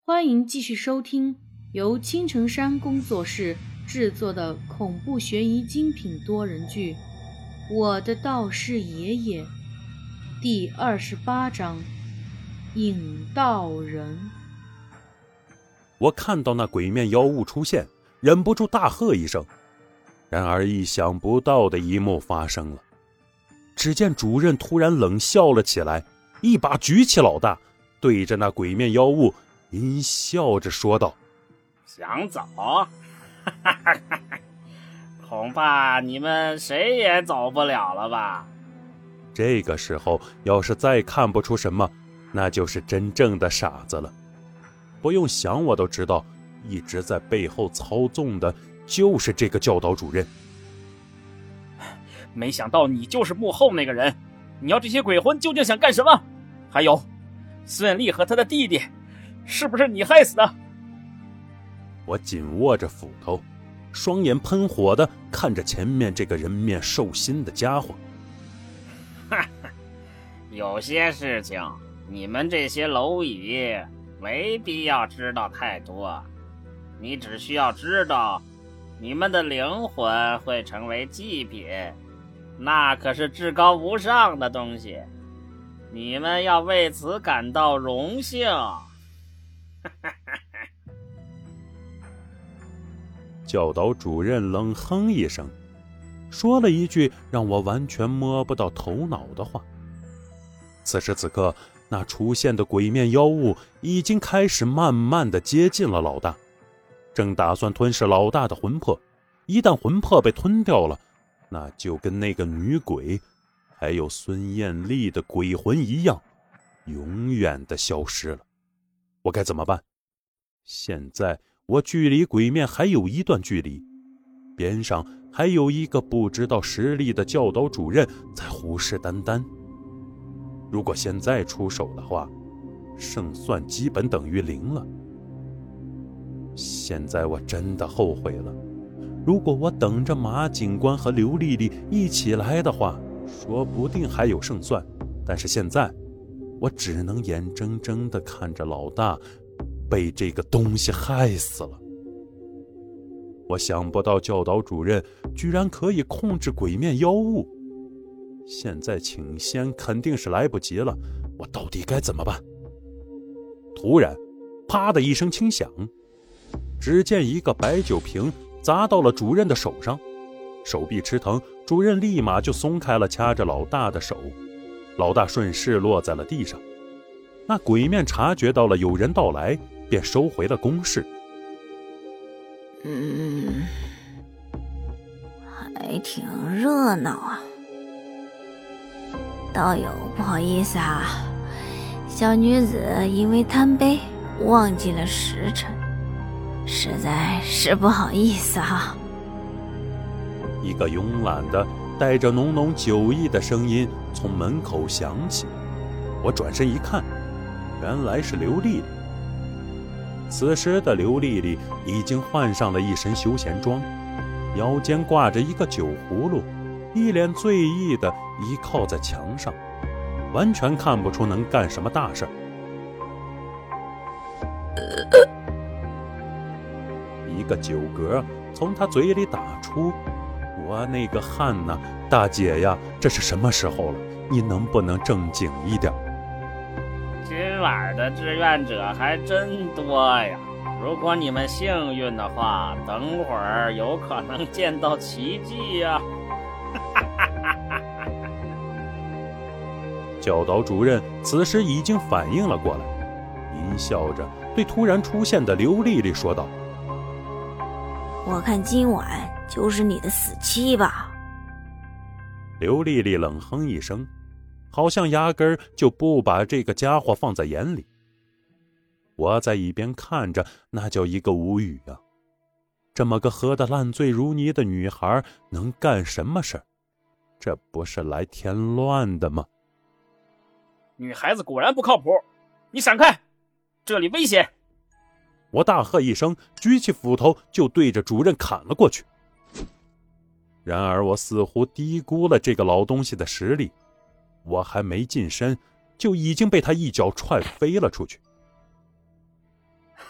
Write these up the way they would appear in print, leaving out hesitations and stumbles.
欢迎继续收听由青城山工作室制作的恐怖悬疑精品多人剧《我的道士爷爷》第28章引道人。 我看到那鬼面妖物出现，忍不住大喝一声。然而意想不到的一幕发生了，只见主任突然冷笑了起来，一把举起老大，对着那鬼面妖物阴笑着说道： 想走？恐怕你们谁也走不了了吧。 这个时候要是再看不出什么，那就是真正的傻子了。不用想我都知道，一直在背后操纵的就是这个教导主任。 没想到你就是幕后那个人，你要这些鬼魂究竟想干什么？还有孙俪和他的弟弟是不是你害死的？ 我紧握着斧头，双眼喷火的看着前面这个人面兽心的家伙。 有些事情你们这些蝼蚁没必要知道太多，你只需要知道你们的灵魂会成为祭品，那可是至高无上的东西，你们要为此感到荣幸。 教导主任冷哼一声，说了一句让我完全摸不到头脑的话。此时此刻，那出现的鬼面妖物已经开始慢慢地接近了老大，正打算吞噬老大的魂魄。一旦魂魄被吞掉了，那就跟那个女鬼还有孙艳丽的鬼魂一样，永远的消失了。我该怎么办？现在我距离鬼面还有一段距离，边上还有一个不知道实力的教导主任在虎视眈眈。如果现在出手的话，胜算基本等于0了。现在我真的后悔了，如果我等着马警官和刘丽丽一起来的话，说不定还有胜算。但是现在我只能眼睁睁地看着老大被这个东西害死了。我想不到教导主任居然可以控制鬼面妖物，现在请仙肯定是来不及了，我到底该怎么办？突然啪的一声轻响，只见一个白酒瓶砸到了主任的手上，手臂吃疼，主任立马就松开了掐着老大的手，老大顺势落在了地上。那鬼面察觉到了有人到来，便收回了攻势。 还挺热闹啊。道友不好意思啊，小女子因为贪杯忘记了时辰，实在是不好意思啊。 一个慵懒的带着浓浓酒意的声音从门口响起，我转身一看，原来是刘丽丽。此时的刘丽丽已经换上了一身休闲装，腰间挂着一个酒葫芦，一脸醉意的依靠在墙上，完全看不出能干什么大事。一个酒嗝从他嘴里打出，我那个汗呐，大姐呀，这是什么时候了？你能不能正经一点？ 今晚的志愿者还真多呀，如果你们幸运的话，等会儿有可能见到奇迹呀。 教导主任此时已经反应了过来，阴笑着对突然出现的刘丽丽说道： 我看今晚就是你的死期吧。 刘丽丽冷哼一声，好像压根儿就不把这个家伙放在眼里。我在一边看着，那叫一个无语啊！这么个喝得烂醉如泥的女孩能干什么事儿？这不是来添乱的吗？ 女孩子果然不靠谱，你闪开，这里危险！ 我大喝一声，举起斧头就对着主任砍了过去。然而我似乎低估了这个老东西的实力，我还没近身，就已经被他一脚踹飞了出去。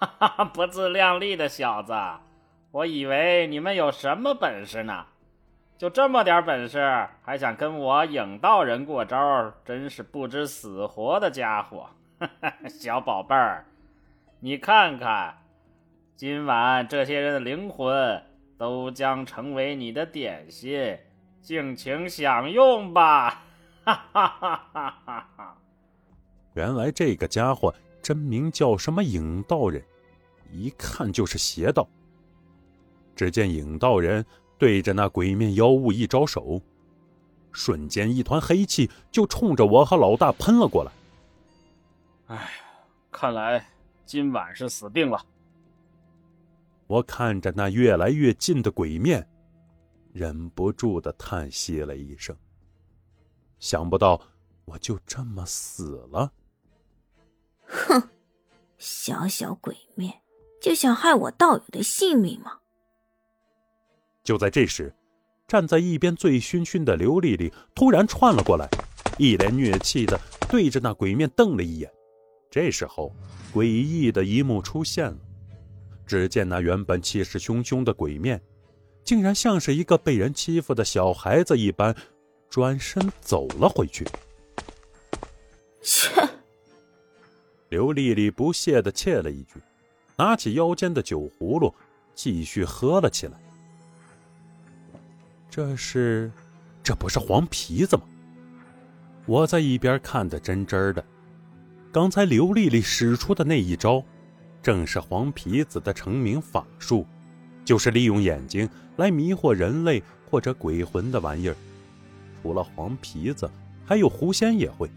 哈哈，不自量力的小子，我以为你们有什么本事呢？就这么点本事，还想跟我影道人过招，真是不知死活的家伙。小宝贝儿，你看看，今晚这些人的灵魂都将成为你的点心，尽情享用吧！哈哈哈哈哈哈！ 原来这个家伙真名叫什么影道人，一看就是邪道。只见影道人对着那鬼面妖物一招手，瞬间一团黑气就冲着我和老大喷了过来。 哎呀，看来今晚是死定了。 我看着那越来越近的鬼面，忍不住地叹息了一声。想不到我就这么死了。 哼，小小鬼面就想害我道友的性命吗？ 就在这时，站在一边醉醺醺的刘丽丽突然窜了过来，一脸疟气地对着那鬼面瞪了一眼。这时候，诡异的一幕出现了。只见那原本气势汹汹的鬼面，竟然像是一个被人欺负的小孩子一般，转身走了回去。 切！ 刘丽丽不屑地切了一句，拿起腰间的酒葫芦，继续喝了起来。这不是黄皮子吗？我在一边看得真真的。刚才刘丽丽使出的那一招，正是黄皮子的成名法术，就是利用眼睛来迷惑人类或者鬼魂的玩意儿。除了黄皮子，还有狐仙也会。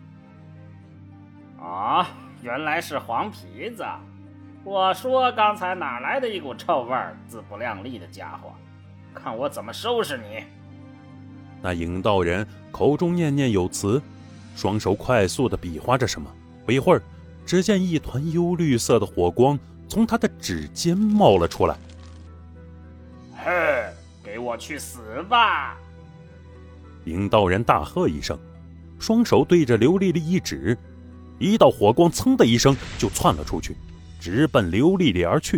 啊，原来是黄皮子！我说刚才哪来的一股臭味儿？自不量力的家伙，看我怎么收拾你！ 那影道人口中念念有词，双手快速地比划着什么。不一会儿，只见一团幽绿色的火光从他的指尖冒了出来。 哼，给我去死吧！ 影道人大喝一声，双手对着刘丽丽一指，一道火光噌的一声就窜了出去，直奔刘丽丽而去。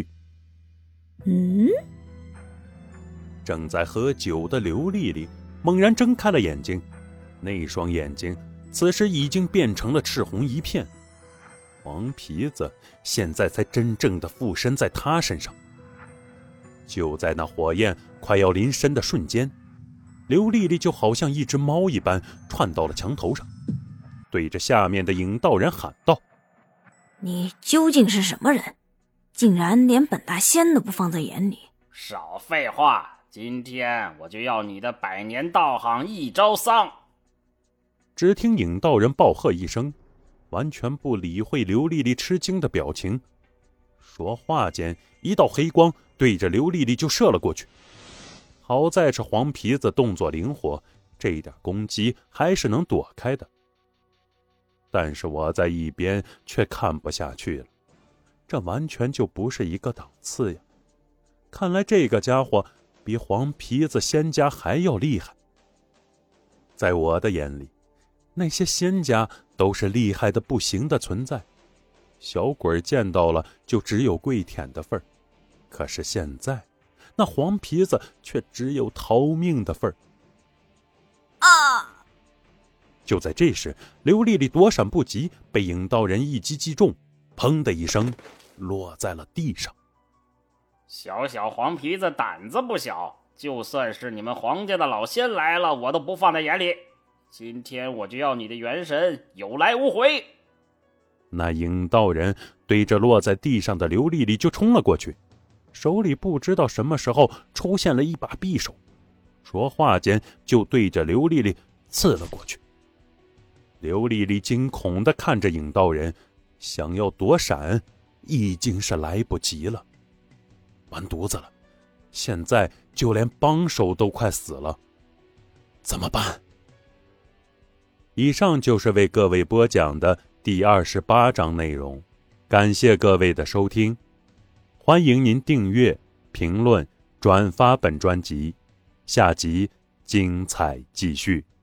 正在喝酒的刘丽丽猛然睁开了眼睛，那双眼睛此时已经变成了赤红一片。黄皮子现在才真正的附身在他身上。就在那火焰快要临身的瞬间，刘丽丽就好像一只猫一般窜到了墙头上，对着下面的影道人喊道： 你究竟是什么人？竟然连本大仙都不放在眼里！ 少废话，今天我就要你的百年道行一朝丧！ 只听影道人暴喝一声，完全不理会刘丽丽吃惊的表情。说话间，一道黑光对着刘丽丽就射了过去。好在是黄皮子动作灵活，这一点攻击还是能躲开的。但是我在一边却看不下去了，这完全就不是一个档次呀！看来这个家伙比黄皮子仙家还要厉害。在我的眼里，那些仙家都是厉害的不行的存在，小鬼见到了就只有跪舔的份儿。可是现在，那黄皮子却只有逃命的份儿。 啊！ 就在这时，刘丽丽躲闪不及，被影道人一击击中，砰的一声落在了地上。 小小黄皮子胆子不小，就算是你们黄家的老仙来了，我都不放在眼里。今天我就要你的元神有来无回！ 那影道人对着落在地上的刘丽丽就冲了过去，手里不知道什么时候出现了一把匕首，说话间就对着刘丽丽刺了过去。刘丽丽惊恐地看着影道人，想要躲闪，已经是来不及了。完犊子了，现在就连帮手都快死了，怎么办？以上就是为各位播讲的第28章内容，感谢各位的收听，欢迎您订阅、评论、转发本专辑，下集精彩继续。